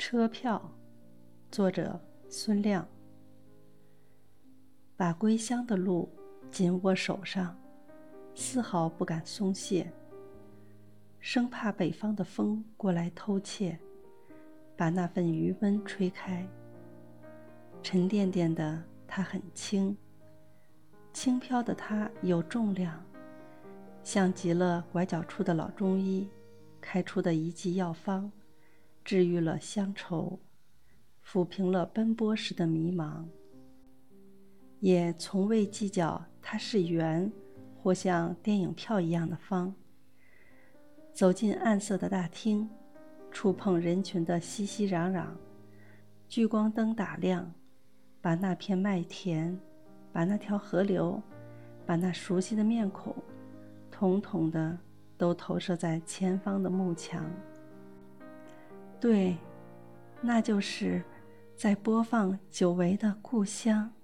车票，作者孙亮。把归乡的路紧握手上，丝毫不敢松懈，生怕北方的风过来偷窃，把那份余温吹开。沉甸甸的它很轻，轻飘的它有重量，像极了拐角处的老中医开出的一剂药方，治愈了乡愁，抚平了奔波时的迷茫，也从未计较它是圆或像电影票一样的方。走进暗色的大厅，触碰人群的熙熙攘攘，聚光灯打亮，把那片麦田，把那条河流，把那熟悉的面孔，统统的都投射在前方的幕墙。对，那就是在播放久违的故乡。